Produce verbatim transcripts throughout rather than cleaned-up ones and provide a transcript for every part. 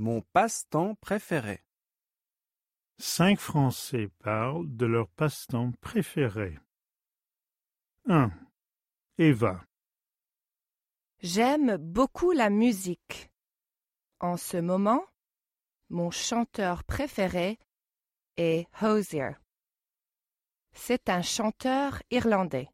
Mon passe-temps préféré. Cinq Français parlent de leur passe-temps préféré. un. Eva. J'aime beaucoup la musique. En ce moment, mon chanteur préféré est Hozier. C'est un chanteur irlandais.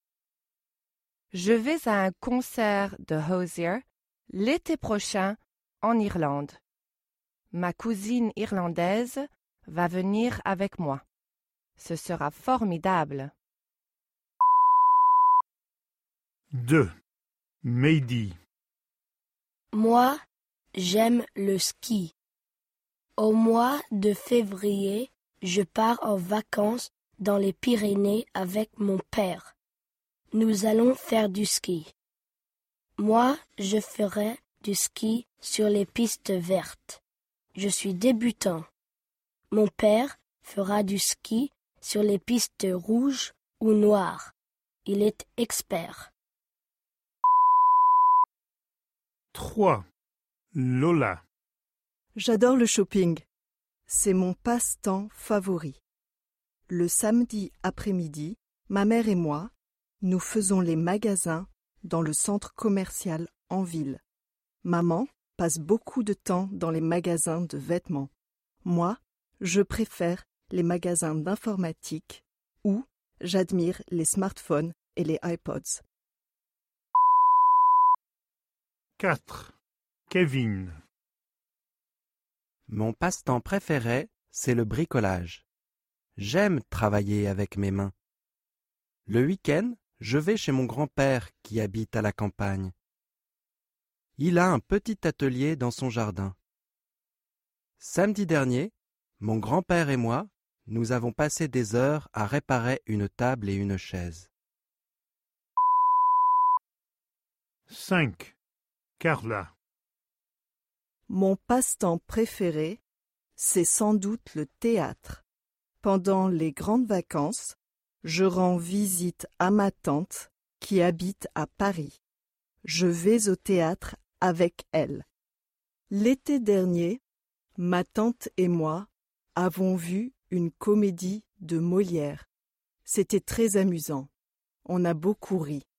Je vais à un concert de Hozier l'été prochain en Irlande. Ma cousine irlandaise va venir avec moi. Ce sera formidable. deux. Mehdi. Moi, j'aime le ski. Au mois de février, je pars en vacances dans les Pyrénées avec mon père. Nous allons faire du ski. Moi, je ferai du ski sur les pistes vertes. Je suis débutant. Mon père fera du ski sur les pistes rouges ou noires. Il est expert. trois. Lola. J'adore le shopping. C'est mon passe-temps favori. Le samedi après-midi, ma mère et moi, nous faisons les magasins dans le centre commercial en ville. Maman passe beaucoup de temps dans les magasins de vêtements. Moi, je préfère les magasins d'informatique où j'admire les smartphones et les iPods. quatre. Kevin. Mon passe-temps préféré, c'est le bricolage. J'aime travailler avec mes mains. Le week-end, je vais chez mon grand-père qui habite à la campagne. Il a un petit atelier dans son jardin. Samedi dernier, mon grand-père et moi, nous avons passé des heures à réparer une table et une chaise. cinq. Carla. Mon passe-temps préféré, c'est sans doute le théâtre. Pendant les grandes vacances, je rends visite à ma tante qui habite à Paris. Je vais au théâtre avec elle. L'été dernier, ma tante et moi avons vu une comédie de Molière. C'était très amusant. On a beaucoup ri.